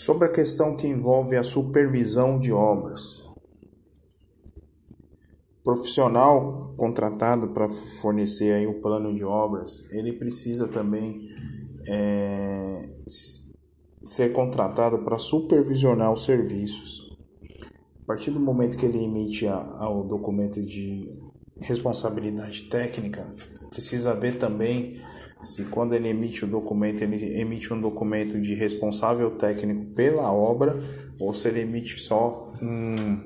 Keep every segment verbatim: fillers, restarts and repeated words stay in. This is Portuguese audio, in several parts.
Sobre a questão que envolve a supervisão de obras. O profissional contratado para fornecer aí o plano de obras, ele precisa também é, ser contratado para supervisionar os serviços. A partir do momento que ele emite a, a, o documento de responsabilidade técnica, precisa ver também se quando ele emite o documento, ele emite um documento de responsável técnico pela obra ou se ele emite só um,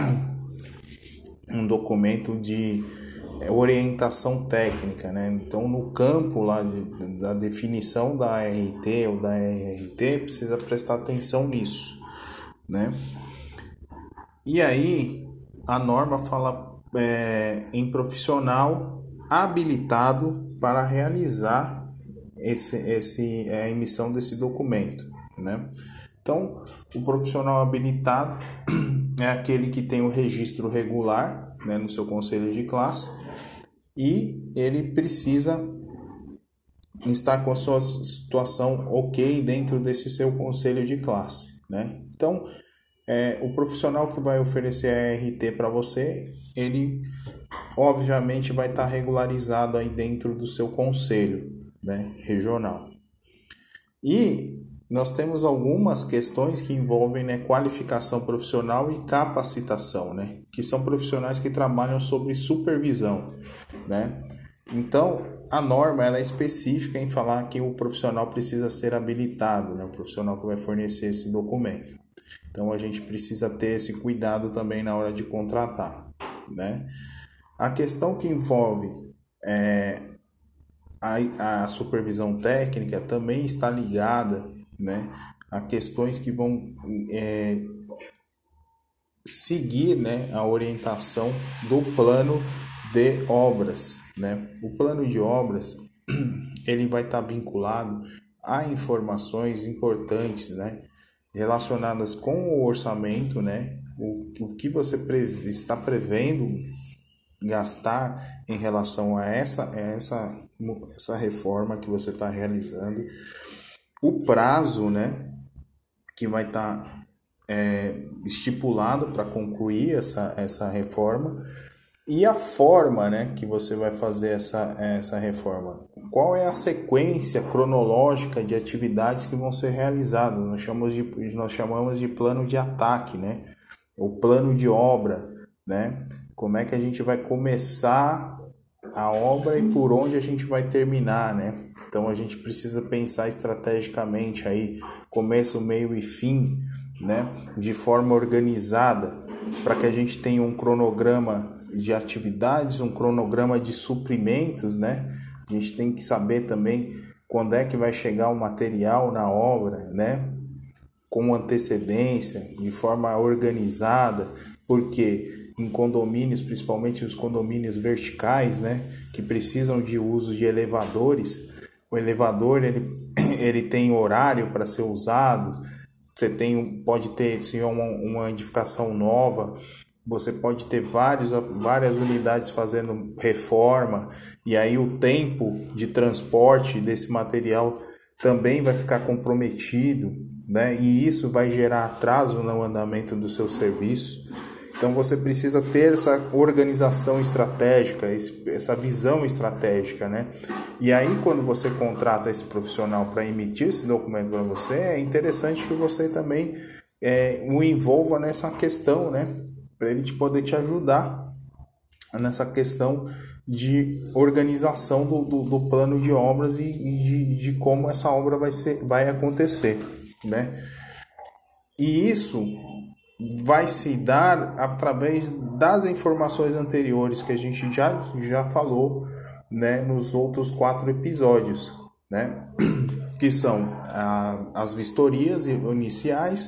um documento de orientação técnica, né? Então, no campo lá de, da definição da A R T ou da R R T, precisa prestar atenção nisso, né? E aí, a norma fala é, em profissional habilitado para realizar esse, esse, a emissão desse documento, né? Então, o profissional habilitado é aquele que tem o registro regular, né, no seu conselho de classe e ele precisa estar com a sua situação ok dentro desse seu conselho de classe, né? Então, é, o profissional que vai oferecer a R T para você, ele obviamente vai estar regularizado aí dentro do seu conselho, né, regional. E nós temos algumas questões que envolvem, né, qualificação profissional e capacitação, né, que são profissionais que trabalham sobre supervisão, né? Então, a norma ela é específica em falar que o profissional precisa ser habilitado, né, o profissional que vai fornecer esse documento. Então, a gente precisa ter esse cuidado também na hora de contratar, né? A questão que envolve é, a, a supervisão técnica também está ligada, né, a questões que vão é, seguir, né, a orientação do plano de obras, né? O plano de obras ele vai estar vinculado a informações importantes, né, relacionadas com o orçamento, né, o, o que você preve, está prevendo gastar em relação a essa, essa, essa reforma que você está realizando, o prazo, né, que vai estar tá, é, estipulado para concluir essa, essa reforma e a forma, né, que você vai fazer essa, essa reforma. Qual é a sequência cronológica de atividades que vão ser realizadas? Nós chamamos de, nós chamamos de plano de ataque, né, o plano de obra, né? Como é que a gente vai começar a obra e por onde a gente vai terminar, né? Então a gente precisa pensar estrategicamente aí, começo, meio e fim, né? De forma organizada, para que a gente tenha um cronograma de atividades, um cronograma de suprimentos, né? A gente tem que saber também quando é que vai chegar o material na obra, né? Com antecedência, de forma organizada, porque em condomínios, principalmente os condomínios verticais, né, que precisam de uso de elevadores, o elevador ele, ele tem horário para ser usado, você tem, pode ter, se é uma, uma edificação nova, você pode ter vários, várias unidades fazendo reforma, e aí o tempo de transporte desse material também vai ficar comprometido, né, e isso vai gerar atraso no andamento do seu serviço. Então você precisa ter essa organização estratégica, essa visão estratégica, né? E aí quando você contrata esse profissional para emitir esse documento para você, é interessante que você também é, o envolva nessa questão, né? Para ele te poder te ajudar nessa questão de organização do, do, do plano de obras e, e de, de como essa obra vai, ser, vai acontecer, né? E isso vai se dar através das informações anteriores que a gente já, já falou, né, nos outros quatro episódios, né, que são a, as vistorias iniciais,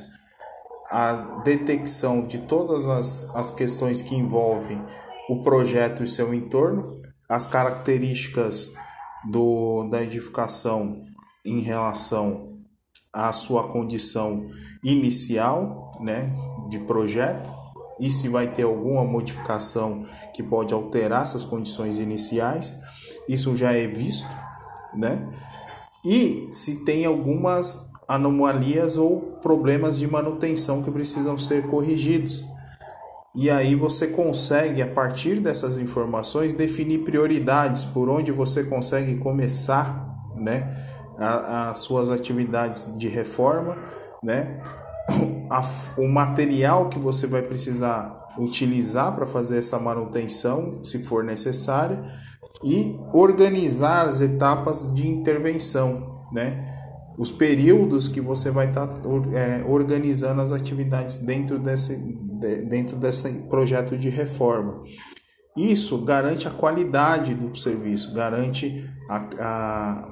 a detecção de todas as, as questões que envolvem o projeto e seu entorno, as características do, da edificação em relação à sua condição inicial, né, de projeto, e se vai ter alguma modificação que pode alterar essas condições iniciais, isso já é visto, né? E se tem algumas anomalias ou problemas de manutenção que precisam ser corrigidos. E aí você consegue, a partir dessas informações, definir prioridades, por onde você consegue começar, né, as suas atividades de reforma, né, a, o material que você vai precisar utilizar para fazer essa manutenção, se for necessária, e organizar as etapas de intervenção, né? Os períodos que você vai estar é, organizando as atividades dentro desse, de, dentro desse projeto de reforma. Isso garante a qualidade do serviço, garante a, a,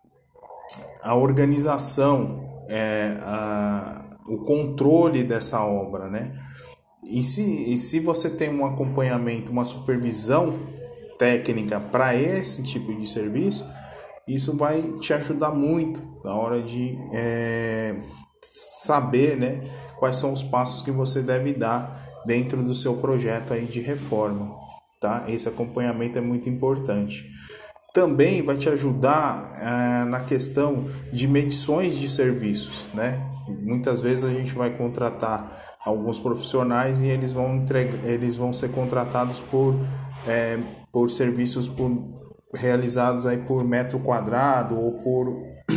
a organização, é, a, o controle dessa obra, né? E se, e se você tem um acompanhamento, uma supervisão técnica para esse tipo de serviço, isso vai te ajudar muito na hora de é, saber, né, quais são os passos que você deve dar dentro do seu projeto aí de reforma, tá? Esse acompanhamento é muito importante. Também vai te ajudar é, na questão de medições de serviços, né? Muitas vezes a gente vai contratar alguns profissionais e eles vão, entregar, eles vão ser contratados por, é, por serviços por, realizados aí por metro quadrado ou por,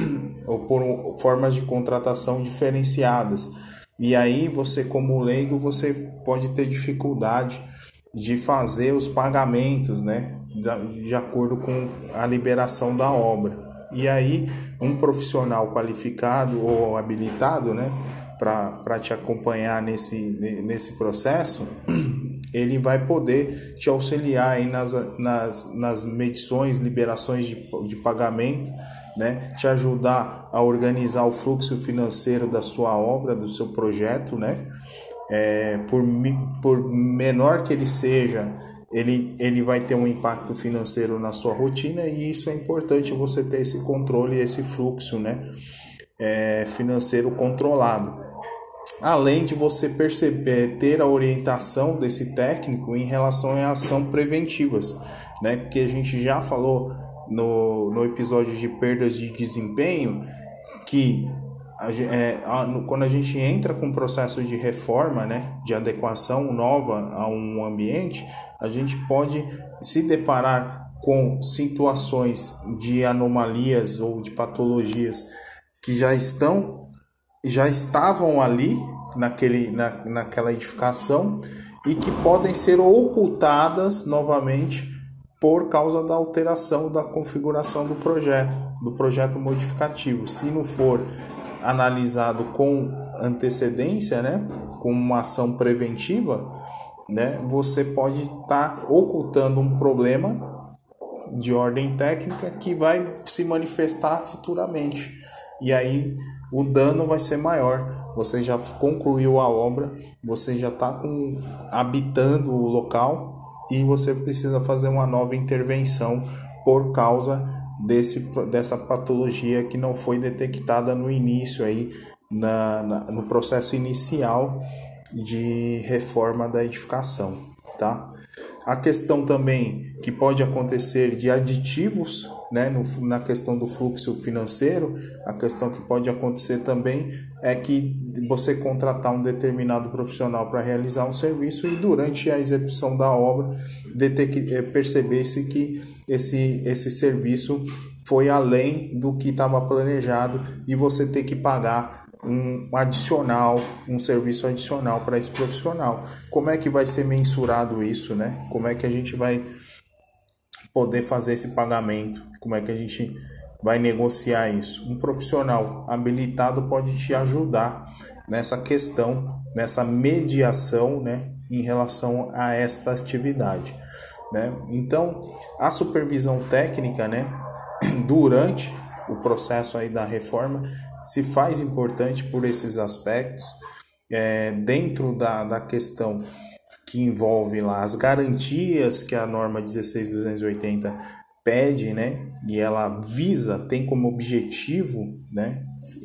ou por formas de contratação diferenciadas. E aí você, como leigo, você pode ter dificuldade de fazer os pagamentos, né, de, de acordo com a liberação da obra. E aí um profissional qualificado ou habilitado, né, para te acompanhar nesse, nesse processo, ele vai poder te auxiliar aí nas, nas, nas medições, liberações de, de pagamento, né? Te ajudar a organizar o fluxo financeiro da sua obra, do seu projeto, né? É, por, por menor que ele seja, ele, ele vai ter um impacto financeiro na sua rotina, e isso é importante, você ter esse controle, esse fluxo, né? É, financeiro controlado. Além de você perceber, ter a orientação desse técnico em relação a ações preventivas, né? Porque a gente já falou no, no episódio de perdas de desempenho que a, é, a, no, quando a gente entra com um processo de reforma, né, de adequação nova a um ambiente, a gente pode se deparar com situações de anomalias ou de patologias que já estão já estavam ali naquele, na, naquela edificação e que podem ser ocultadas novamente por causa da alteração da configuração do projeto, do projeto modificativo. Se não for analisado com antecedência, né, com uma ação preventiva, né, você pode estar tá ocultando um problema de ordem técnica que vai se manifestar futuramente. E aí o dano vai ser maior. Você já concluiu a obra, você já está habitando o local e você precisa fazer uma nova intervenção por causa desse, dessa patologia que não foi detectada no início, aí, na, na, no processo inicial de reforma da edificação, tá? A questão também que pode acontecer de aditivos, né, no, na questão do fluxo financeiro, a questão que pode acontecer também é que você contratar um determinado profissional para realizar um serviço e durante a execução da obra perceber-se que esse, esse serviço foi além do que estava planejado e você ter que pagar um adicional, um serviço adicional para esse profissional. Como é que vai ser mensurado isso, né? Como é que a gente vai poder fazer esse pagamento? Como é que a gente vai negociar isso? Um profissional habilitado pode te ajudar nessa questão, nessa mediação, né, em relação a esta atividade, né? Então, a supervisão técnica, né, durante o processo aí da reforma se faz importante por esses aspectos, é, dentro da, da questão que envolve lá as garantias que a norma dezesseis mil duzentos e oitenta pede, né, e ela visa, tem como objetivo, né,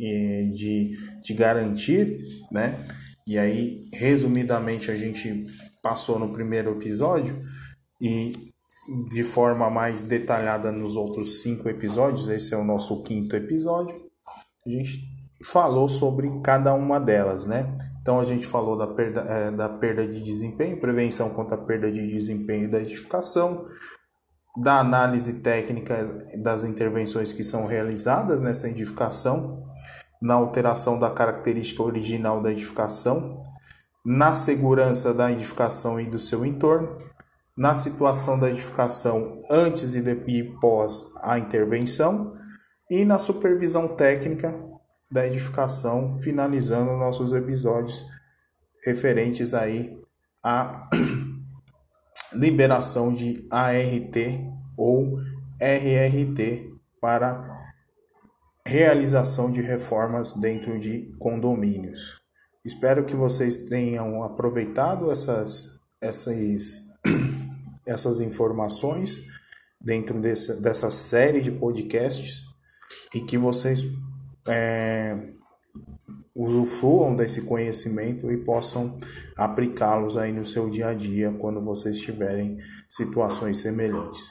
de, de garantir, né, e aí resumidamente a gente passou no primeiro episódio e de forma mais detalhada nos outros cinco episódios. Esse é o nosso quinto episódio. A gente falou sobre cada uma delas, né? Então a gente falou da perda, é, da perda de desempenho, prevenção contra a perda de desempenho da edificação, da análise técnica das intervenções que são realizadas nessa edificação, na alteração da característica original da edificação, na segurança da edificação e do seu entorno, na situação da edificação antes e, de, e pós a intervenção e na supervisão técnica da edificação, finalizando nossos episódios referentes aí à liberação de A R T ou R R T para realização de reformas dentro de condomínios. Espero que vocês tenham aproveitado essas, essas, essas informações dentro desse, dessa série de podcasts e que vocês é, usufruam desse conhecimento e possam aplicá-los aí no seu dia a dia quando vocês tiverem situações semelhantes.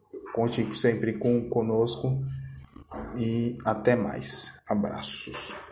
Conte sempre com, conosco e até mais. Abraços.